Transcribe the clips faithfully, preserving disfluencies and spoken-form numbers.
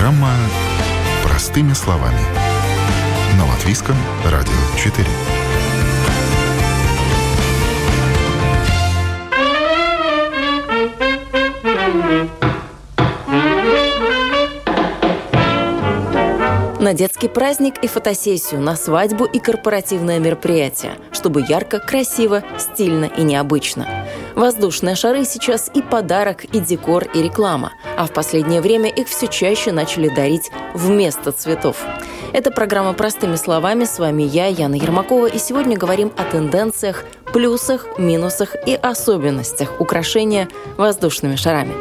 Программа «Простыми словами» на Латвийском радио четыре. На детский праздник и фотосессию, на свадьбу и корпоративное мероприятие, чтобы ярко, красиво, стильно и необычно. Воздушные шары сейчас и подарок, и декор, и реклама. А в последнее время их все чаще начали дарить вместо цветов. Это программа «Простыми словами». С вами я, Яна Ермакова. И сегодня говорим о тенденциях, плюсах, минусах и особенностях украшения воздушными шарами.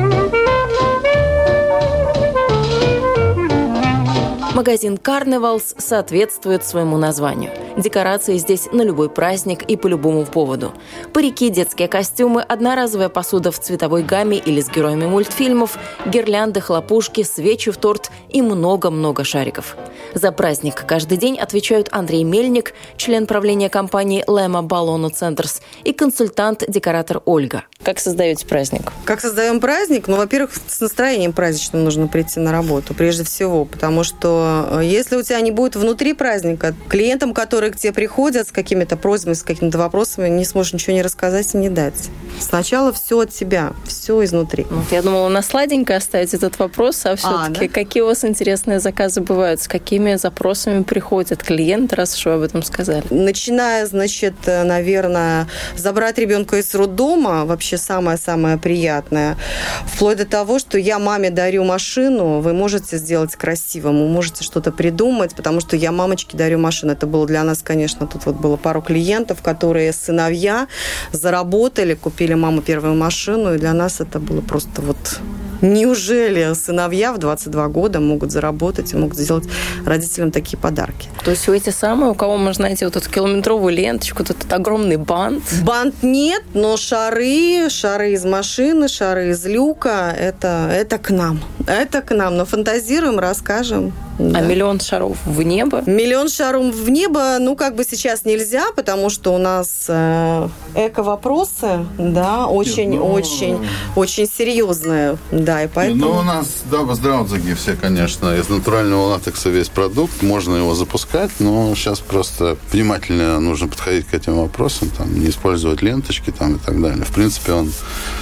Магазин «Карневалс» соответствует своему названию. Декорации здесь на любой праздник и по любому поводу. Парики, детские костюмы, одноразовая посуда в цветовой гамме или с героями мультфильмов, гирлянды, хлопушки, свечи в торт и много-много шариков. За праздник каждый день отвечают Андрей Мельник, член правления компании «Лема Баллону Центрс», и консультант-декоратор Ольга. Как создаете праздник? Как создаем праздник? Ну, во-первых, с настроением праздничным нужно прийти на работу, прежде всего, потому что если у тебя не будет внутри праздника, клиентам, которые к тебе приходят с какими-то просьбами, с какими-то вопросами, не сможешь ничего не рассказать и не дать. Сначала все от тебя, все изнутри. Вот я думала, на сладенько оставить этот вопрос, а все-таки а, да? Какие у вас интересные заказы бывают? С какими запросами приходят клиенты, раз уж вы об этом сказали? Начиная, значит, наверное, забрать ребенка из роддома, вообще самое-самое приятное, вплоть до того, что я маме дарю машину, вы можете сделать красивым, вы можете что-то придумать, потому что я мамочке дарю машину. Это было для нас, конечно, тут вот было пару клиентов, которые сыновья заработали, купили маму первую машину, и для нас это было просто вот... Неужели сыновья в двадцать два года могут заработать и могут сделать родителям такие подарки? То есть вы эти самые, у кого можно найти вот эту километровую ленточку, вот этот огромный бант? Бант нет, но шары, шары из машины, шары из люка, это, это к нам. Это к нам. Но фантазируем, расскажем. Да. А миллион шаров в небо? Миллион шаров в небо, ну, как бы сейчас нельзя, потому что у нас э, эко-вопросы, да, очень-очень, очень, очень серьезные, да, и поэтому... Ну, у нас, да, в Здраудзиге все, конечно, из натурального латекса весь продукт, можно его запускать, но сейчас просто внимательно нужно подходить к этим вопросам, там, не использовать ленточки там и так далее. В принципе, он,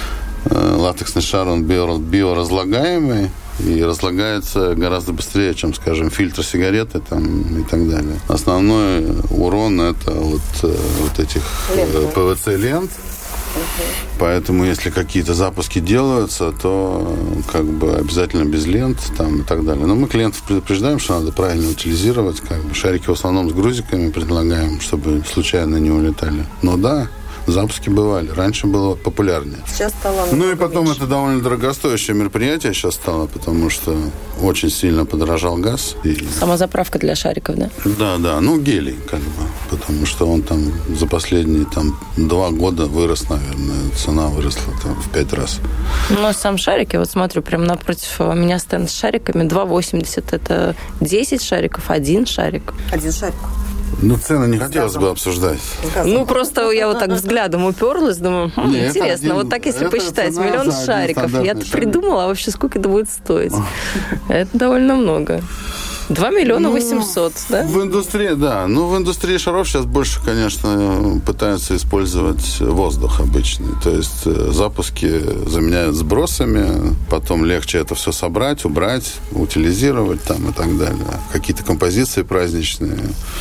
э, латексный шар, он био, биоразлагаемый, и разлагается гораздо быстрее, чем, скажем, фильтр сигареты там, и так далее. Основной урон – это вот, вот этих пэ вэ цэ-лент. Uh-huh. Поэтому, если какие-то запуски делаются, то как бы обязательно без лент там, и так далее. Но мы клиентов предупреждаем, что надо правильно утилизировать. Как бы шарики в основном с грузиками предлагаем, чтобы случайно не улетали. Но да, запуски бывали. Раньше было популярнее. Сейчас стало... Ну и потом меньше. Это довольно дорогостоящее мероприятие сейчас стало, потому что очень сильно подорожал газ. И... Самозаправка для шариков, да? Да, да. Ну, гелий, как бы. Потому что он там за последние там, два года вырос, наверное. Цена выросла там, в пять раз. Ну, а сам шарик, я вот смотрю, прямо напротив меня стенд с шариками. два восемьдесят это десять шариков, один шарик. Один шарик. Ну, цены не хотелось бы обсуждать. Ну, просто я вот так взглядом уперлась, думаю, хм, Нет, интересно, один, вот так если посчитать, миллион шариков, я-то придумала, а вообще сколько это будет стоить? Это довольно много. два миллиона восемьсот, ну, да? В индустрии, да. Ну, в индустрии шаров сейчас больше, конечно, пытаются использовать воздух обычный. То есть запуски заменяют сбросами, потом легче это все собрать, убрать, утилизировать там и так далее. Какие-то композиции праздничные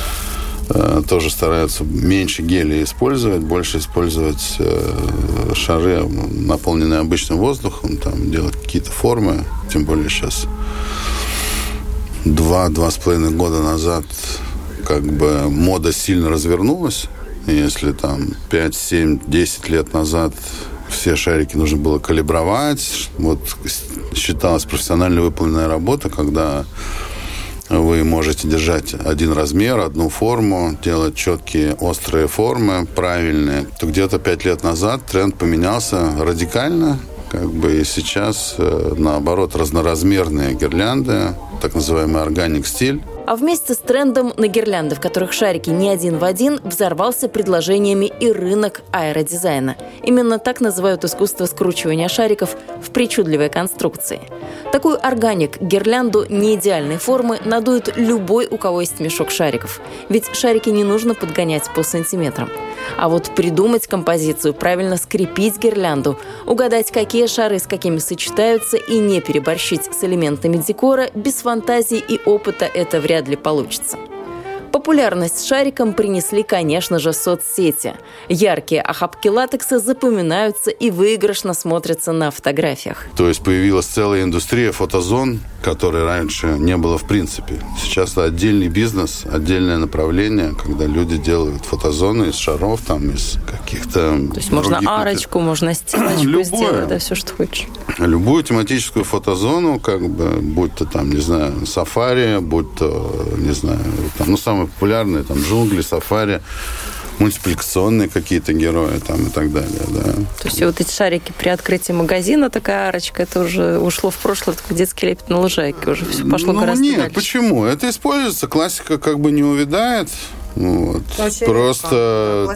тоже стараются меньше гелия использовать, больше использовать э, шары, наполненные обычным воздухом, там, делать какие-то формы. Тем более сейчас два-два с половиной года назад как бы мода сильно развернулась. И если там пять, семь, десять лет назад все шарики нужно было калибровать, вот считалась профессионально выполненная работа, когда вы можете держать один размер, одну форму, делать четкие острые формы, правильные. То где-то пять лет назад тренд поменялся радикально. Как бы и сейчас, наоборот, разноразмерные гирлянды, так называемый органик стиль. А вместе с трендом на гирлянды, в которых шарики не один в один, взорвался предложениями и рынок аэродизайна. Именно так называют искусство скручивания шариков в причудливой конструкции. Такую органик-гирлянду неидеальной формы надует любой, у кого есть мешок шариков. Ведь шарики не нужно подгонять по сантиметрам. А вот придумать композицию, правильно скрепить гирлянду, угадать, какие шары с какими сочетаются и не переборщить с элементами декора, без фантазии и опыта это вряд ли получится. Популярность шарикам принесли, конечно же, соцсети. Яркие охапки латекса запоминаются и выигрышно смотрятся на фотографиях. То есть появилась целая индустрия фотозон, которой раньше не было в принципе. Сейчас это отдельный бизнес, отдельное направление, когда люди делают фотозоны из шаров, там, из каких-то... То есть можно арочку, можно стеночку сделать, да, все, что хочешь. Любую тематическую фотозону, как бы, будь то там, не знаю, сафари, будь то, не знаю, там, ну, самые популярные, там, джунгли, сафари, мультипликационные какие-то герои там и так далее, да. То есть вот эти шарики при открытии магазина, такая арочка, это уже ушло в прошлое, такой детский лепет на лужайке, уже все пошло ну, гораздо нет, дальше. Почему? Это используется, классика как бы не увядает. Вот. Просто,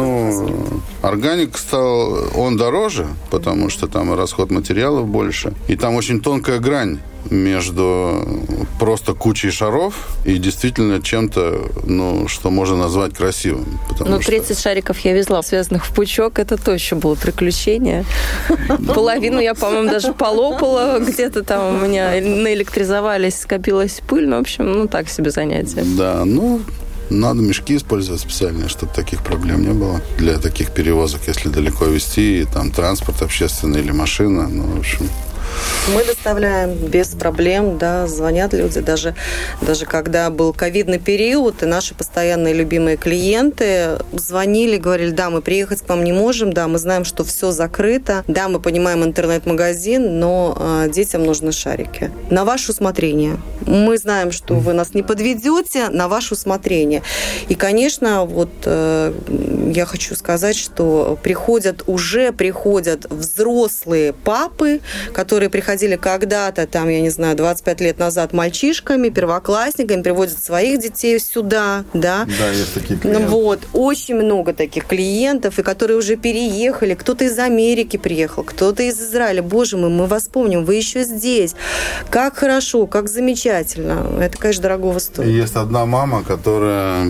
ну, органик стал, он дороже, потому что там и расход материалов больше, и там очень тонкая грань между просто кучей шаров и действительно чем-то, ну, что можно назвать красивым. Ну, тридцать что... шариков я везла, связанных в пучок, это точно было приключение. Половину я, по-моему, даже полопала, где-то там у меня наэлектризовались, скопилась пыль, ну, в общем, ну, так себе занятие. Да, ну... Надо мешки использовать специальные, чтобы таких проблем не было. Для таких перевозок, если далеко везти, там транспорт общественный или машина, ну, в общем... Мы доставляем без проблем, да, звонят люди. Даже, даже когда был ковидный период, и наши постоянные любимые клиенты звонили, говорили, да, мы приехать к вам не можем, да, мы знаем, что все закрыто, да, мы понимаем интернет-магазин, но э, детям нужны шарики. На ваше усмотрение. Мы знаем, что вы нас не подведете, на ваше усмотрение. И, конечно, вот э, я хочу сказать, что приходят, уже приходят взрослые папы, которые которые приходили когда-то, там, я не знаю, двадцать пять лет назад мальчишками, первоклассниками, приводят своих детей сюда, да. Да, есть такие клиенты. Вот, очень много таких клиентов, и которые уже переехали, кто-то из Америки приехал, кто-то из Израиля. Боже мой, мы вас помним, вы еще здесь. Как хорошо, как замечательно. Это, конечно, дорогого стоит. Есть одна мама, которая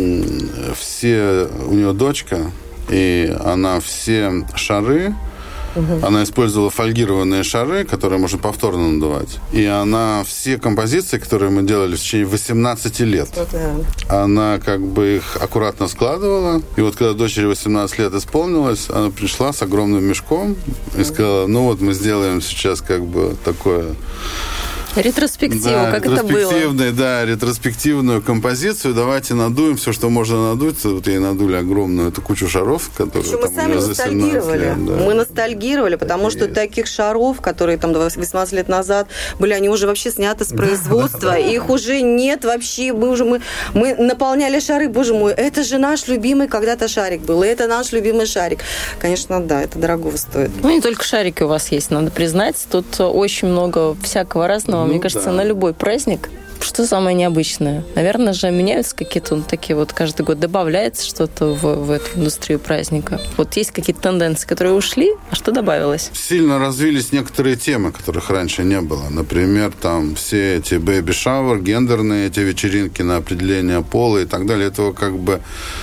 все, у нее дочка, и она все шары, Угу. Она использовала фольгированные шары, которые можно повторно надувать. И она все композиции, которые мы делали в течение восемнадцати лет, да. Она как бы их аккуратно складывала. И вот когда дочери восемнадцать лет исполнилось, она пришла с огромным мешком и сказала, ну вот мы сделаем сейчас как бы такое... Ретроспективу, да, как это было. Да, ретроспективную композицию. Давайте надуем все, что можно надуть. Вот ей надули огромную эту кучу шаров, которые Причем мы сами ностальгировали. Лет, да. Мы ностальгировали, потому так что таких шаров, которые там восемнадцать лет назад были, они уже вообще сняты с производства. Да, их уже нет вообще. Мы уже мы, мы наполняли шары. Боже мой, это же наш любимый когда-то шарик был. И это наш любимый шарик. Конечно, да, это дорогого стоит. Ну, не только шарики у вас есть, надо признать. Тут очень много всякого разного. Ну, Мне кажется, да. на любой праздник. Что самое необычное? Наверное же, меняются какие-то ну, такие вот, каждый год добавляется что-то в, в эту индустрию праздника. Вот есть какие-то тенденции, которые ушли, а что добавилось? Сильно развились некоторые темы, которых раньше не было. Например, там все эти бэйби-шауэр, гендерные эти вечеринки на определение пола и так далее. Этого как бы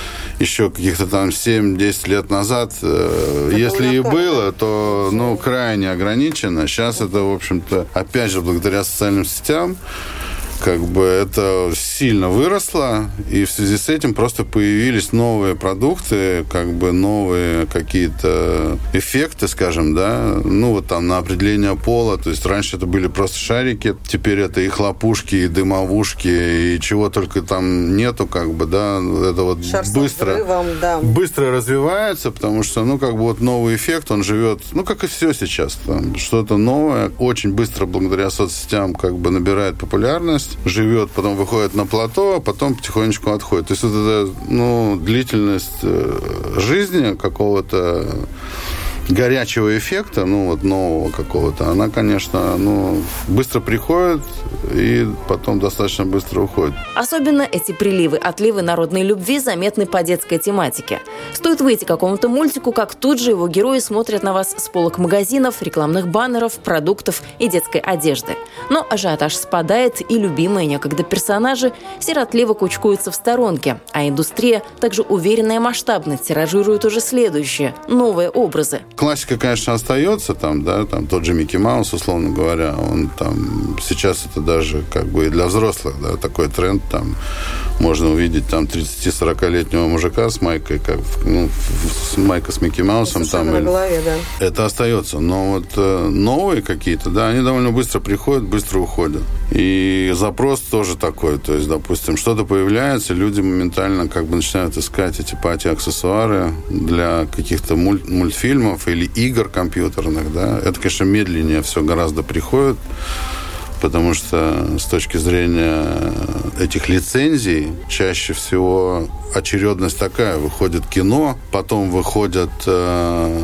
еще каких-то там семь-десять лет назад, э, если и было, то ну, крайне ограничено. Сейчас это, в общем-то, опять же, благодаря социальным сетям, как бы это сильно выросло, и в связи с этим просто появились новые продукты, как бы новые какие-то эффекты, скажем, да, ну вот там на определение пола, то есть раньше это были просто шарики, теперь это и хлопушки, и дымовушки, и чего только там нету, как бы, да, это вот Шар быстро, взрывом, да. быстро развивается, потому что, ну, как бы вот новый эффект, он живет, ну, как и все сейчас, там, что-то новое, очень быстро благодаря соцсетям как бы набирает популярность, живет, потом выходит на плато, а потом потихонечку отходит. То есть вот эта, ну, длительность жизни какого-то горячего эффекта, ну, вот нового какого-то, она, конечно, ну, быстро приходит и потом достаточно быстро уходит. Особенно эти приливы, отливы народной любви заметны по детской тематике. Стоит выйти какому-то мультику, как тут же его герои смотрят на вас с полок магазинов, рекламных баннеров, продуктов и детской одежды. Но ажиотаж спадает, и любимые некогда персонажи сиротливо кучкуются в сторонке, а индустрия также уверенно и масштабно тиражирует уже следующие, новые образы. Классика, конечно, остается, там, да, там тот же Микки Маус, условно говоря, он там, сейчас это даже как бы и для взрослых, да, такой тренд, там, можно увидеть там тридцати-сорокалетнего мужика с майкой, как, ну, с майкой с Микки Маусом. Там, на голове, да. Это остается, но вот э, новые какие-то, да, они довольно быстро приходят, быстро уходят. И запрос тоже такой, то есть, допустим, что-то появляется, люди моментально как бы начинают искать эти пати-аксессуары для каких-то муль- мультфильмов или игр компьютерных, да. Это, конечно, медленнее все гораздо приходит, потому что с точки зрения этих лицензий чаще всего очередность такая. Выходит кино, потом выходят э,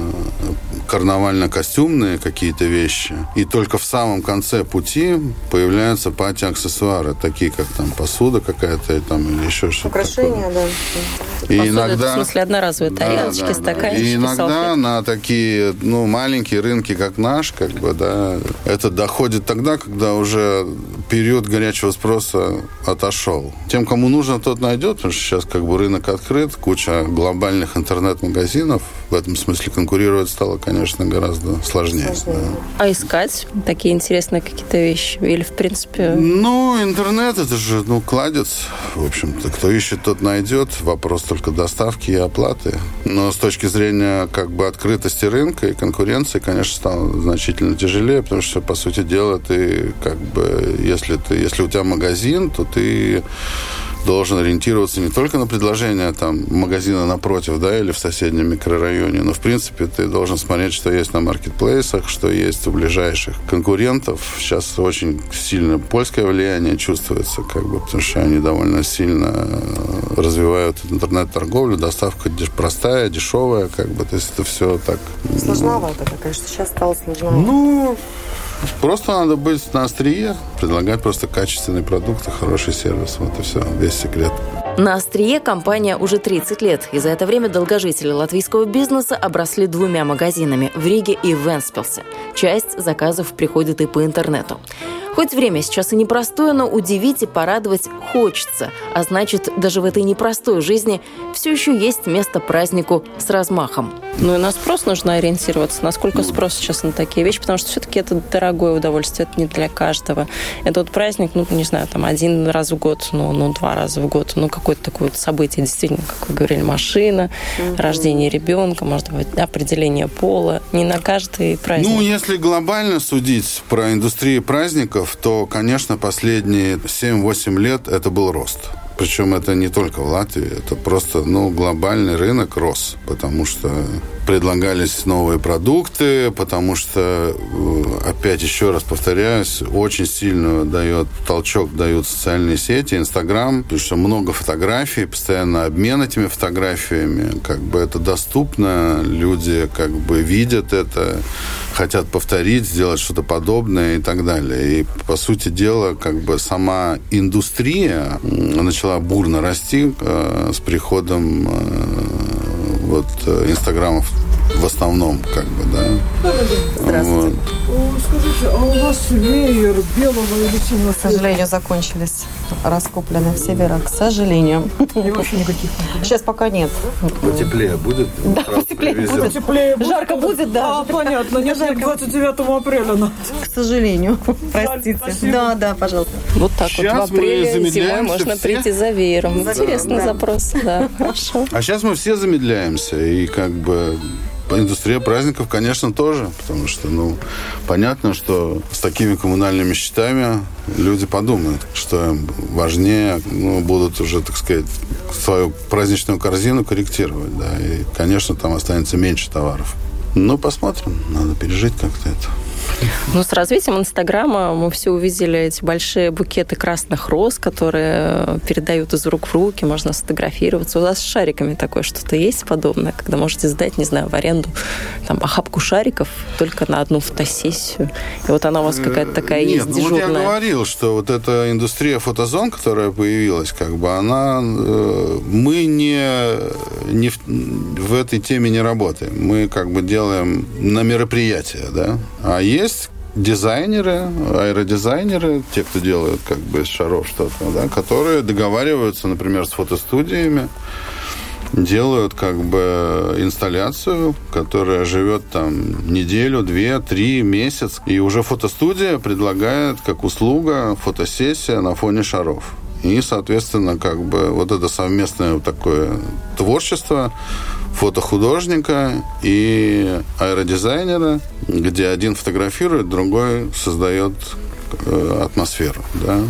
карнавально-костюмные какие-то вещи, и только в самом конце пути появляются пати-аксессуары, такие как там посуда какая-то там, или еще что-то украшения, такое. Да. И посуда, иногда... это, в смысле, одноразовые тарелочки, да, да, стаканчики, и иногда салфетки. На такие, ну, маленькие рынки, как наш, как бы, да, это доходит тогда, когда уже период горячего спроса отошел. Тем, кому нужно, тот найдет, потому что сейчас как бы рынок открыт, куча глобальных интернет-магазинов. В этом смысле конкурировать стало, конечно, гораздо сложнее. сложнее. Да. А искать такие интересные какие-то вещи? Или, в принципе... Ну, интернет, это же, ну, кладец. В общем-то, кто ищет, тот найдет. Вопрос только доставки и оплаты. Но с точки зрения, как бы, открытости рынка и конкуренции, конечно, стало значительно тяжелее, потому что, по сути дела, ты, как бы, если ты, если у тебя магазин, то ты должен ориентироваться не только на предложения там магазина напротив, да, или в соседнем микрорайоне, но, в принципе, ты должен смотреть, что есть на маркетплейсах, что есть у ближайших конкурентов. Сейчас очень сильно польское влияние чувствуется, как бы, потому что они довольно сильно развивают интернет-торговлю, доставка простая, дешевая, как бы, то есть это все так... Сложновато, конечно, сейчас стало сложновато. Ну... Просто надо быть на острие, предлагать просто качественные продукты, хороший сервис. Вот и все, весь секрет. На острие компания уже тридцать лет, и за это время долгожители латвийского бизнеса обросли двумя магазинами в Риге и в Вентспилсе. Часть заказов приходит и по интернету. Хоть время сейчас и непростое, но удивить и порадовать хочется. А значит, даже в этой непростой жизни все еще есть место празднику с размахом. Ну и на спрос нужно ориентироваться. Насколько спрос сейчас на такие вещи? Потому что все-таки это дорогое удовольствие, это не для каждого. Это вот праздник, ну, не знаю, там один раз в год, ну, ну два раза в год. Ну, какое-то такое вот событие, действительно, как вы говорили, машина, mm-hmm. рождение ребенка, может быть, определение пола. Не на каждый праздник. Ну, если глобально судить про индустрию праздников, то, конечно, последние семь-восемь лет это был рост. Причем это не только в Латвии, это просто, ну, глобальный рынок рос, потому что предлагались новые продукты, потому что, опять еще раз повторяюсь, очень сильно дает толчок, дают социальные сети, Инстаграм, потому что много фотографий, постоянно обмен этими фотографиями, как бы это доступно, люди как бы видят это, хотят повторить, сделать что-то подобное и так далее. И, по сути дела, как бы сама индустрия начала бурно расти э, с приходом э, вот Инстаграмов в основном, как бы, да. Здравствуйте. Вот. Скажите, а у вас веер белого или синего? К сожалению, закончились. Раскуплены все веера, к сожалению. И вообще никаких? Сейчас пока нет. Потеплее будет? Да, потеплее будет. Потеплее будет. Жарко будет, да. А, понятно. Нет, жарко. двадцать девятого апреля надо. К сожалению. Простите. Жаль, да, да, пожалуйста. Вот так Сейчас вот в апреле зимой можно все. прийти за веером. За Интересный веером, да. запрос, да, хорошо. А сейчас мы все замедляемся, и как бы индустрия праздников, конечно, тоже, потому что, ну, понятно, что с такими коммунальными счетами люди подумают, что им важнее, ну, будут уже, так сказать, свою праздничную корзину корректировать, да, и, конечно, там останется меньше товаров. Ну, посмотрим, надо пережить как-то это. Ну, с развитием Инстаграма мы все увидели эти большие букеты красных роз, которые передают из рук в руки, можно сфотографироваться. У вас с шариками такое что-то есть подобное, когда можете сдать, не знаю, в аренду там охапку шариков только на одну фотосессию, и вот она у вас какая-то такая Нет, есть ну дежурная. Вот я говорил, что вот эта индустрия фотозон, которая появилась, как бы она... Мы не, не в, в этой теме не работаем. Мы как бы делаем на мероприятия, да. А есть дизайнеры, аэродизайнеры, те, кто делают как бы из шаров что-то, да, которые договариваются, например, с фотостудиями, делают как бы инсталляцию, которая живет там неделю, две, три, месяц, и уже фотостудия предлагает как услуга фотосессия на фоне шаров. И, соответственно, как бы вот это совместное вот такое творчество фотохудожника и аэродизайнера, где один фотографирует, другой создает э, атмосферу, да.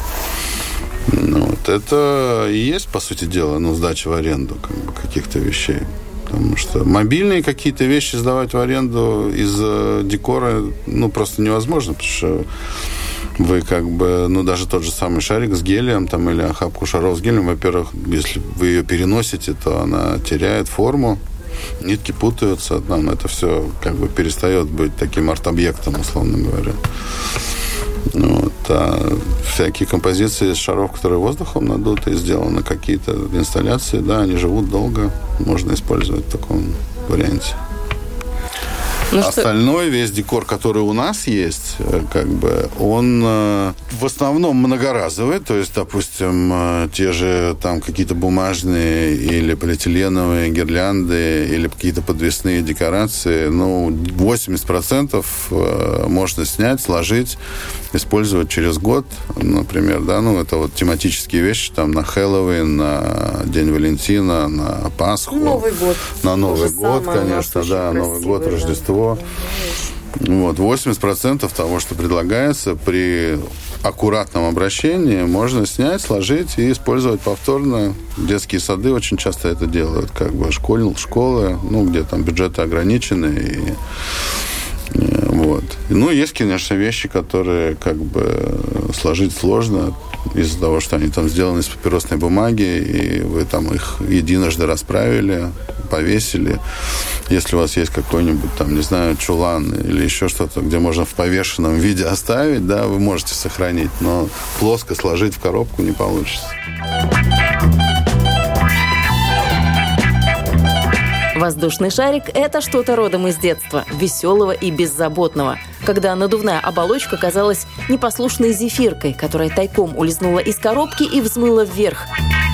Ну, вот это и есть, по сути дела, ну, сдача в аренду как бы, каких-то вещей. Потому что мобильные какие-то вещи сдавать в аренду из декора, ну, просто невозможно, потому что вы как бы, ну, даже тот же самый шарик с гелием там, или охапку шаров с гелием, во-первых, если вы ее переносите, то она теряет форму, нитки путаются, там это все как бы перестает быть таким арт-объектом, условно говоря. Вот. А всякие композиции из шаров, которые воздухом надуты и сделаны какие-то инсталляции, да, они живут долго, можно использовать в таком варианте. Ну, остальной что... весь декор, который у нас есть, как бы, он э, в основном многоразовый, то есть, допустим, э, те же там какие-то бумажные или полиэтиленовые гирлянды или какие-то подвесные декорации, ну, восемьдесят процентов э, можно снять, сложить, использовать через год, например, да, ну, это вот тематические вещи, там, на Хэллоуин, на День Валентина, на Пасху. Новый год. На Новый год, конечно, да, Новый год, Рождество. Вот, восемьдесят процентов того, что предлагается, при аккуратном обращении можно снять, сложить и использовать повторно. Детские сады очень часто это делают, как бы школы, школы, ну, где там бюджеты ограничены, и вот. Ну, есть, конечно, вещи, которые как бы сложить сложно из-за того, что они там сделаны из папиросной бумаги, и вы там их единожды расправили, повесили. Если у вас есть какой-нибудь там, не знаю, чулан или еще что-то, где можно в повешенном виде оставить, да, вы можете сохранить, но плоско сложить в коробку не получится. Воздушный шарик – это что-то родом из детства, веселого и беззаботного, когда надувная оболочка казалась непослушной зефиркой, которая тайком улизнула из коробки и взмыла вверх.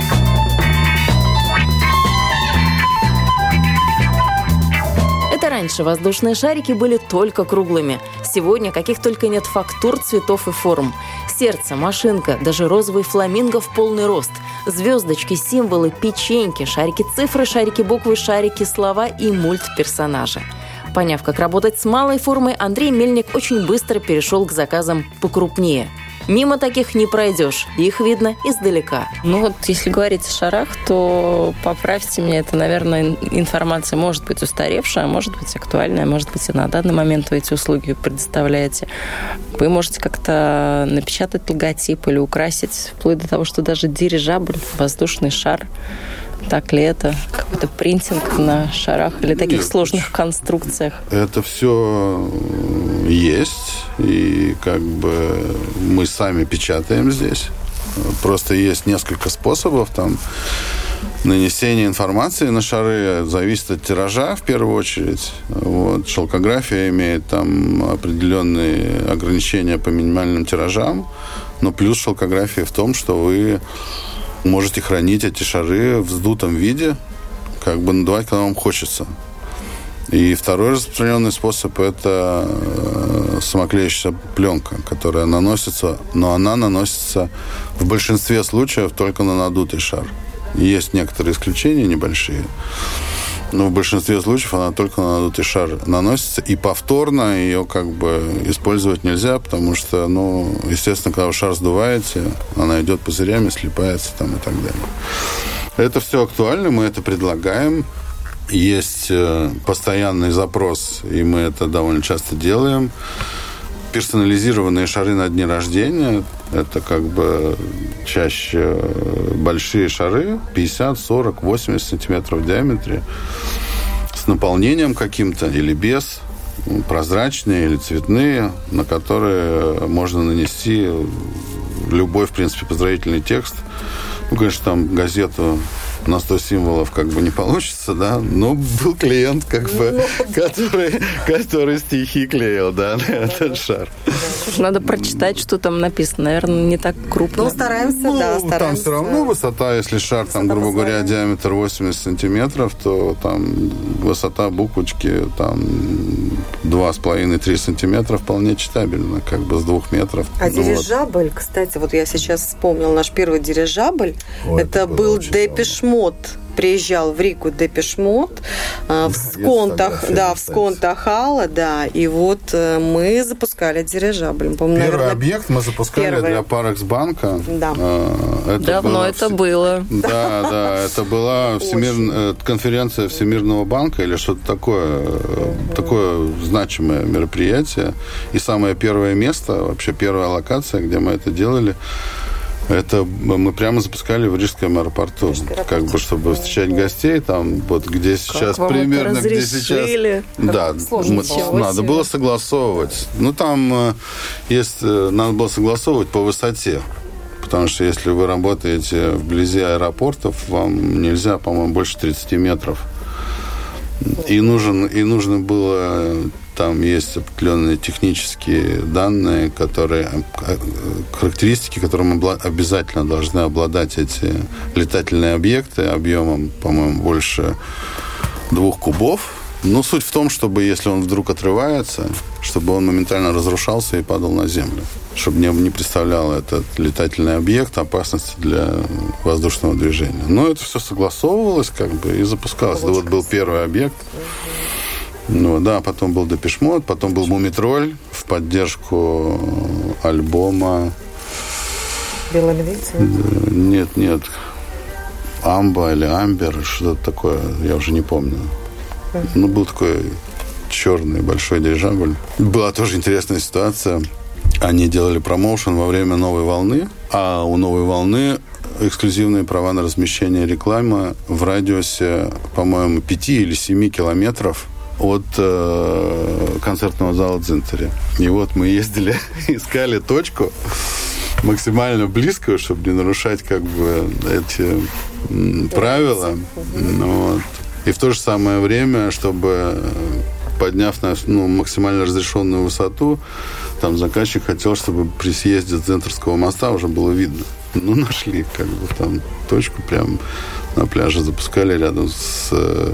Это раньше воздушные шарики были только круглыми. Сегодня каких только нет фактур, цветов и форм. Сердце, машинка, даже розовый фламинго в полный рост. Звездочки, символы, печеньки, шарики-цифры, шарики-буквы, шарики-слова и мультперсонажи. Поняв, как работать с малой формой, Андрей Мельник очень быстро перешел к заказам покрупнее. Мимо таких не пройдешь, их видно издалека. Ну вот, если говорить о шарах, то поправьте меня, это, наверное, информация может быть устаревшая, а может быть актуальная, может быть и на данный момент вы эти услуги предоставляете. Вы можете как-то напечатать логотип или украсить, вплоть до того, что даже дирижабль, воздушный шар. Так ли это? Какой-то принтинг на шарах или таких Нет, сложных конструкциях? Это все есть. И как бы мы сами печатаем здесь. Просто есть несколько способов там нанесения информации на шары. Зависит от тиража в первую очередь. Вот. Шелкография имеет там определенные ограничения по минимальным тиражам. Но плюс шелкография в том, что вы можете хранить эти шары в вздутом виде, как бы надувать, когда вам хочется. И второй распространенный способ – это самоклеящаяся пленка, которая наносится, но она наносится в большинстве случаев только на надутый шар. Есть некоторые исключения небольшие, но в большинстве случаев она только на надутый шар наносится, и повторно ее как бы использовать нельзя, потому что, ну, естественно, когда вы шар сдуваете, она идет пузырями, слипается там и так далее. Это все актуально, мы это предлагаем. Есть постоянный запрос, и мы это довольно часто делаем. персонализированные шары на дни рождения. Это как бы чаще большие шары, пятьдесят, сорок, восемьдесят сантиметров в диаметре, с наполнением каким-то или без, прозрачные или цветные, на которые можно нанести любой, в принципе, поздравительный текст. Ну, конечно, там газету на сто символов как бы не получится, да, но был клиент, как бы, который, который стихи клеил, да, на этот шар. Надо прочитать, что там написано. Наверное, не так крупно. Ну, стараемся, ну, да, стараемся. Там все равно высота, если шар, там, грубо говоря, диаметр восемьдесят сантиметров, то там высота буквочки там два с половиной - три сантиметра вполне читабельно, как бы с двух метров. А ну, дирижабль, вот. Кстати, вот я сейчас вспомнил наш первый дирижабль. Ой, это, это был Депеш Мод. Приезжал в Рику Депеш Мод в Сконтах, да, в Сконтах Алла, да, и вот мы запускали дирижабль. Помню, первый наверное, объект мы запускали первый. Для Парексбанка. Да. Это Давно было, это было. Да, да, это была всемир... конференция Всемирного банка или что-то такое, uh-huh. такое значимое мероприятие. И самое первое место, вообще первая локация, где мы это делали, это мы прямо запускали в Рижском аэропорту, как бы, чтобы встречать гостей, там, вот, где сейчас как примерно, где сейчас... Да, мы, надо было согласовывать. Ну, там есть, надо было согласовывать по высоте, потому что если вы работаете вблизи аэропортов, вам нельзя, по-моему, больше тридцать метров. И, нужен, и нужно было... Там есть определенные технические данные, которые, характеристики, которым обязательно должны обладать эти летательные объекты объемом, по-моему, больше двух кубов. Но суть в том, чтобы, если он вдруг отрывается, чтобы он моментально разрушался и падал на землю. Чтобы не, не представлял этот летательный объект опасности для воздушного движения. Но это все согласовывалось как бы и запускалось. Это вот был первый объект. Ну, да, потом был Депеш Мод, потом был Мумитроль в поддержку альбома... Белый медведь? Нет, нет. Амба или Амбер, что-то такое, я уже не помню. Uh-huh. Ну, был такой черный большой дирижабль. Была тоже интересная ситуация. Они делали промоушен во время «Новой волны», а у «Новой волны» эксклюзивные права на размещение рекламы в радиусе, по-моему, пяти или семи километров от э, концертного зала Дзинтери. И вот мы ездили, искали точку максимально близкую, чтобы не нарушать как бы эти м, правила. Ну, вот. И в то же самое время, чтобы, подняв на ну, максимально разрешенную высоту, там заказчик хотел, чтобы при съезде с Дзинтерского моста уже было видно. Ну, нашли как бы там точку, прям на пляже запускали рядом с...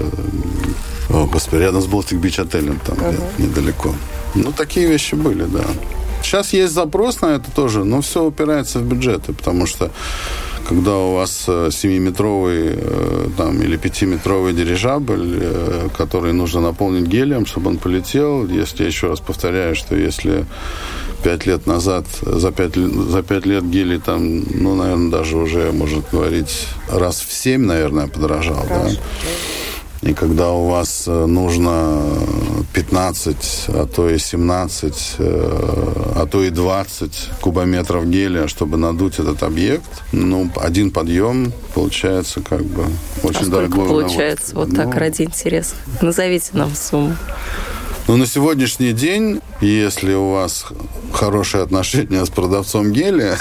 О, господи, рядом с Baltic-Beach-отелем, там uh-huh. недалеко. Ну, такие вещи были, да. Сейчас есть запрос на это тоже, но все упирается в бюджеты, потому что когда у вас семиметровый там, или пятиметровый дирижабль, который нужно наполнить гелием, чтобы он полетел, если, еще раз повторяю, что если пять лет назад, за пять, за пять лет гелий там, ну, наверное, даже уже, можно говорить, раз в семь, наверное, подорожал, да? И когда у вас нужно пятнадцать, а то и семнадцать, а то и двадцать кубометров гелия, чтобы надуть этот объект, ну, один подъем получается как бы очень дорогой. А сколько получается? Вот так, ну, ради интереса. Назовите нам сумму. Ну, на сегодняшний день, если у вас хорошие отношения с продавцом гелия,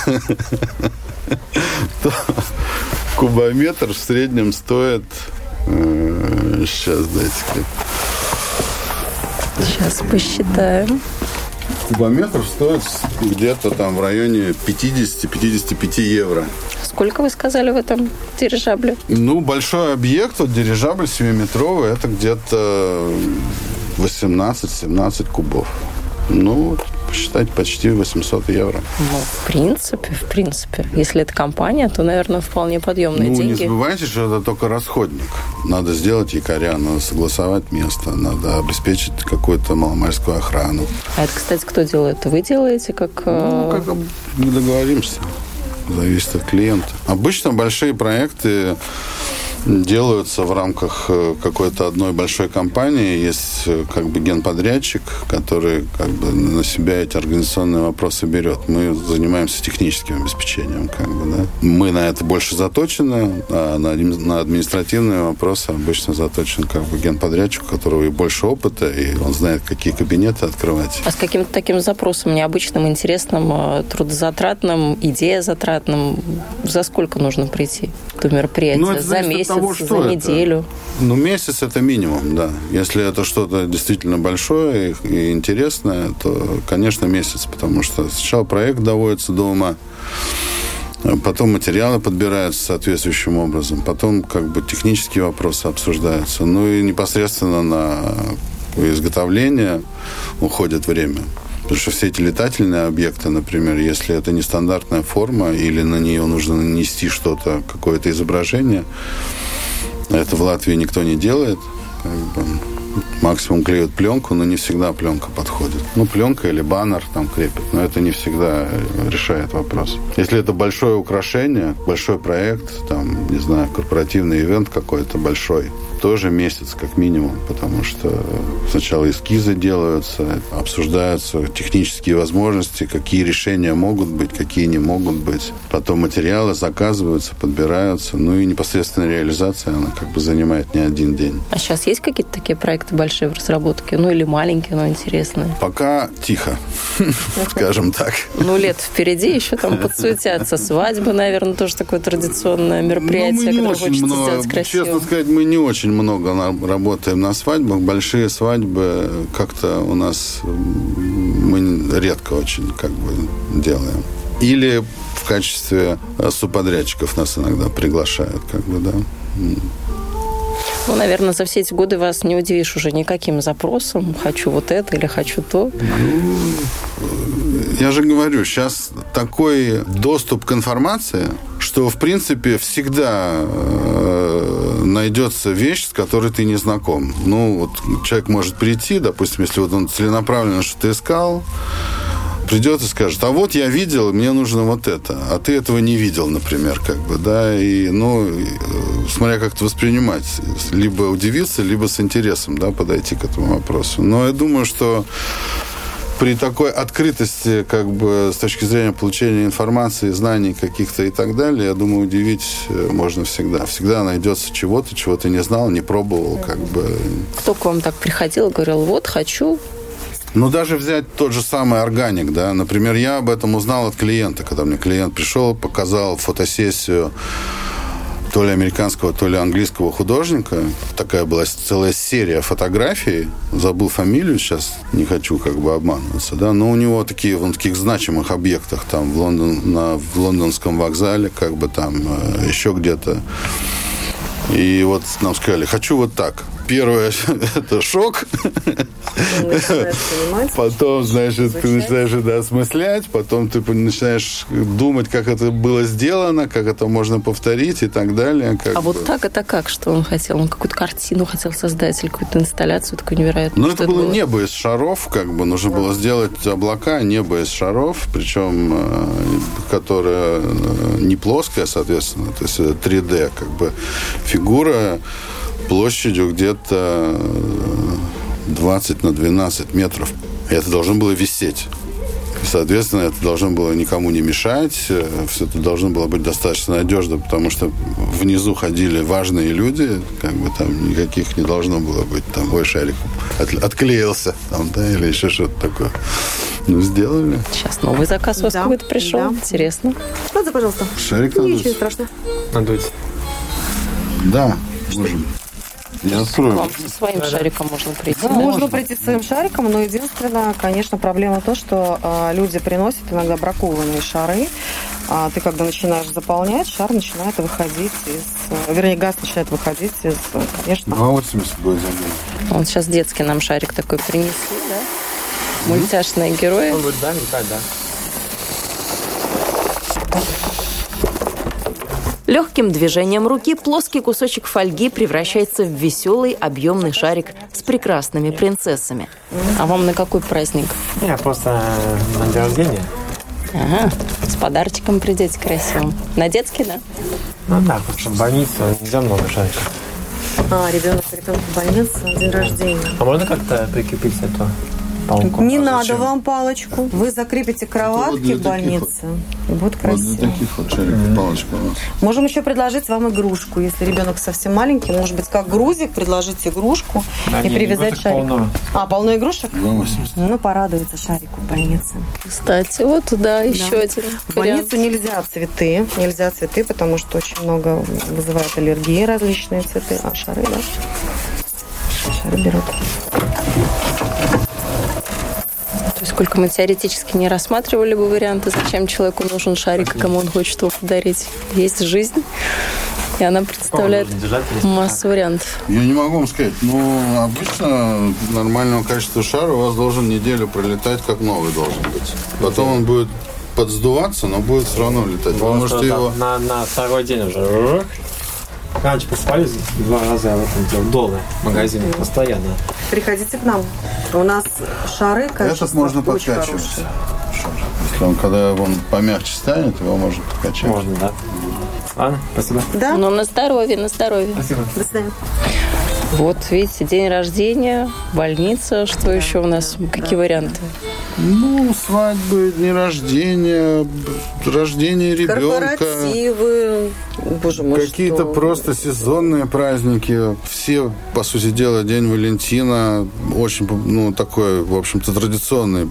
то кубометр в среднем стоит... Сейчас, дайте-ка. Сейчас посчитаем. Кубометр стоит где-то там в районе пятьдесят-пятьдесят пять евро. Сколько вы сказали в этом дирижабле? Ну, большой объект, вот дирижабль семиметровый, это где-то восемнадцать-семнадцать кубов. Ну, посчитать почти восемьсот евро. Ну, в принципе, в принципе. Если это компания, то, наверное, вполне подъемные ну, деньги. Ну, не забывайте, что это только расходник. Надо сделать якоря, надо согласовать место, надо обеспечить какую-то маломальскую охрану. А это, кстати, кто делает? Вы делаете как... Ну, как мы договоримся. Зависит от клиента. Обычно большие проекты делаются в рамках какой-то одной большой компании. Есть как бы генподрядчик, который как бы на себя эти организационные вопросы берет. Мы занимаемся техническим обеспечением. Как бы, да. Мы на это больше заточены, а на, на административные вопросы обычно заточен как бы генподрядчик, у которого и больше опыта, и он знает, какие кабинеты открывать. А с каким-то таким запросом необычным, интересным, трудозатратным, идеязатратным, за сколько нужно прийти до мероприятия? Ну, за месяц, того, за неделю? Это? Ну, месяц это минимум, да. Если это что-то действительно большое и, и интересное, то, конечно, месяц, потому что сначала проект доводится до ума, потом материалы подбираются соответствующим образом, потом как бы технические вопросы обсуждаются, ну и непосредственно на изготовление уходит время. Потому что все эти летательные объекты, например, если это нестандартная форма или на нее нужно нанести что-то, какое-то изображение, это в Латвии никто не делает. Как бы, максимум клеют пленку, но не всегда пленка подходит. Ну, пленка или баннер там крепят, но это не всегда решает вопрос. Если это большое украшение, большой проект, там, не знаю, корпоративный ивент какой-то большой, тоже месяц как минимум, потому что сначала эскизы делаются, обсуждаются технические возможности, какие решения могут быть, какие не могут быть. Потом материалы заказываются, подбираются, ну и непосредственно реализация, она как бы занимает не один день. А сейчас есть какие-то такие проекты большие в разработке? Ну или маленькие, но интересные? Пока тихо, скажем так. Ну, лет впереди еще там подсуетятся. Свадьбы, наверное, тоже такое традиционное мероприятие, которое хочется сделать красиво. Честно сказать, мы не очень много работаем на свадьбах. Большие свадьбы как-то у нас мы редко очень как бы делаем. Или в качестве субподрядчиков нас иногда приглашают, как бы, да. Ну, наверное, за все эти годы вас не удивишь уже никаким запросом. Хочу вот это или хочу то. Я же говорю, сейчас такой доступ к информации, что, в принципе, всегда э, найдется вещь, с которой ты не знаком. Ну, вот человек может прийти, допустим, если вот он целенаправленно что-то искал, придет и скажет, а вот я видел, мне нужно вот это, а ты этого не видел, например, как бы, да, и, ну, смотря как это воспринимать, либо удивиться, либо с интересом, да, подойти к этому вопросу. Но я думаю, что при такой открытости, как бы, с точки зрения получения информации, знаний каких-то и так далее, я думаю, удивить можно всегда. Всегда найдется чего-то, чего ты не знал, не пробовал, как бы. Кто к вам так приходил и говорил, вот, хочу? Ну, даже взять тот же самый органик, да. Например, я об этом узнал от клиента, когда мне клиент пришел, показал фотосессию то ли американского, то ли английского художника. Такая была целая серия фотографий. Забыл фамилию сейчас, не хочу как бы обманываться, да. Но у него такие, в таких значимых объектах, там, в, Лондон, на, в лондонском вокзале, как бы там, еще где-то. И вот нам сказали, хочу вот так. Первое, это шок. Потом, значит, ты начинаешь это осмыслять, потом ты начинаешь думать, как это было сделано, как это можно повторить и так далее. А бы. Вот так это как? Что он хотел? Он какую-то картину хотел создать или какую-то инсталляцию такую невероятную? Ну, это было, было небо из шаров, как бы. Нужно да. было сделать облака, небо из шаров, причем, которое не плоское, соответственно, то есть три дэ, как бы, фигура площадью где-то двадцать на двенадцать метров. И это должно было висеть. Соответственно, это должно было никому не мешать. Все это должно было быть достаточно надежно, потому что внизу ходили важные люди, как бы там никаких не должно было быть. Там, ой, шарик от, отклеился, там, да, или еще что-то такое. Ну, сделали. Сейчас новый заказ у вас да, какой-то пришел. Да. Интересно. Надо, пожалуйста. Шарик надуть. Ничего страшного. Надуть. Да, можем. Я открою. Вам со своим да, шариком да. можно прийти. Да, да? Можно прийти со своим шариком, но единственное, конечно, проблема то, что э, люди приносят иногда бракованные шары. А ты, когда начинаешь заполнять, шар начинает выходить из... Вернее, газ начинает выходить из, конечно... два восемьдесят будет забыл. Вот сейчас детский нам шарик такой принесли, да? Мультяшные герои. Он будет, да, летать, да. Легким движением руки плоский кусочек фольги превращается в веселый объемный шарик с прекрасными принцессами. А вам на какой праздник? Я просто на день рождения. Ага, с подарочком придете красивым. На детский, да? Ну да, потому что в больнице нельзя много шариков. А, ребенок, ребенок в больнице, день рождения. А можно как-то прикрепить эту палку? Не А надо зачем? вам палочку. Вы закрепите кроватки Вот для в больнице. И будет Вот красиво. для таких вот шариков палочка у нас. Можем еще предложить вам игрушку. Если ребенок совсем маленький, может быть, как грузик, предложить игрушку Да и не, привязать игрушек шарик. полно. А, полно игрушек? два восемьдесят. Ну, порадуется шарику в больнице. Кстати, вот, да, еще один В вариант. больницу нельзя цветы. Нельзя цветы, потому что очень много вызывает аллергии различные цветы. А шары, да? Шары берут. То есть сколько мы теоретически не рассматривали бы варианты, зачем человеку нужен шарик, и кому он хочет его подарить. Есть жизнь, и она представляет Можно держать, если массу вариантов. Я не могу вам сказать, но обычно нормального качества шара у вас должен неделю пролетать, как новый должен быть. Потом он будет подсдуваться, но будет все равно летать. Вы Потому можете что его... там на, на второй день уже. Раньше просыпались, два раза я в этом делал. Доллар в магазине постоянно. Приходите к нам. У нас шары, качество Этот можно очень подкачивать. хорошее. Шар. Если он, когда он помягче станет, его можно подкачать. Можно, да. Ладно, спасибо. Да? Но на здоровье, на здоровье. Спасибо. До свидания. Вот, видите, день рождения, больница, что еще у нас, какие варианты? Ну, свадьбы, дни рождения, рождение ребенка. Корпоративы. Боже мой, Какие-то что? просто сезонные праздники. Все, по сути дела, День Валентина. Очень, ну, такой, в общем-то, традиционный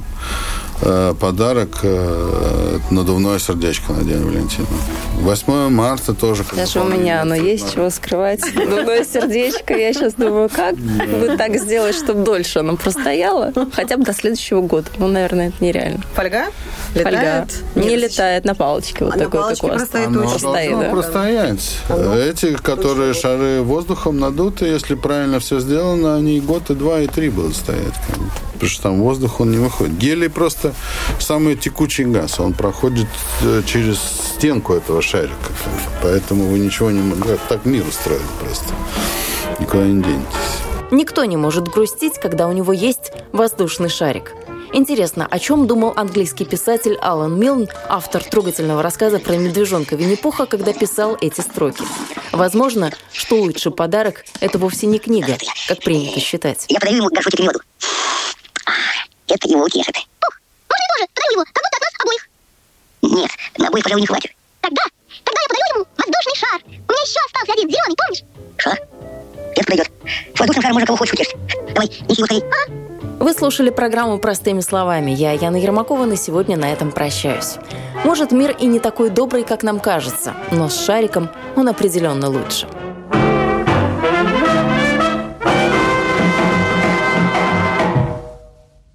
э, подарок. Э, надувное сердечко на День Валентина. восьмое марта тоже. как Даже у меня оно есть, чего скрывать. Надувное сердечко. Я сейчас думаю, как бы так сделать, чтобы дольше оно простояло, хотя бы до следующего года. Ну, наверное, это нереально. Фольга? Фольга Летает? не Нет, летает на палочке. Вот А на такой, палочке как у вас. простоит Оно очень простоит, должно да. простоять. Эти, которые шары воздухом надуты, если правильно все сделано, они и год, и два, и три будут стоять. как бы. Потому что там воздух, он не выходит. Гелий просто самый текучий газ. Он проходит э, через стенку этого шарика. как бы. Поэтому вы ничего не можете... Так мир устроен просто. Никуда не денетесь. Никто не может грустить, когда у него есть воздушный шарик. Интересно, о чем думал английский писатель Алан Милн, автор трогательного рассказа про медвежонка Винни-Пуха, когда писал эти строки? Возможно, что лучший подарок – это вовсе не книга, как принято считать. Я подаю ему горшочек и воду. Это его утешит. Пух, можно я тоже подарю его, как будто от нас обоих? Нет, на обоих, пожалуй, не хватит. Тогда, тогда я подарю ему воздушный шар. У меня еще остался один зеленый, помнишь? Шар? Это подойдет. С воздушным шаром можно кого хочешь утешить. Давай, неси его скорей. Ага. Вы слушали программу «Простыми словами». Я Яна Ермакова, на сегодня на этом прощаюсь. Может, мир и не такой добрый, как нам кажется, но с шариком он определенно лучше.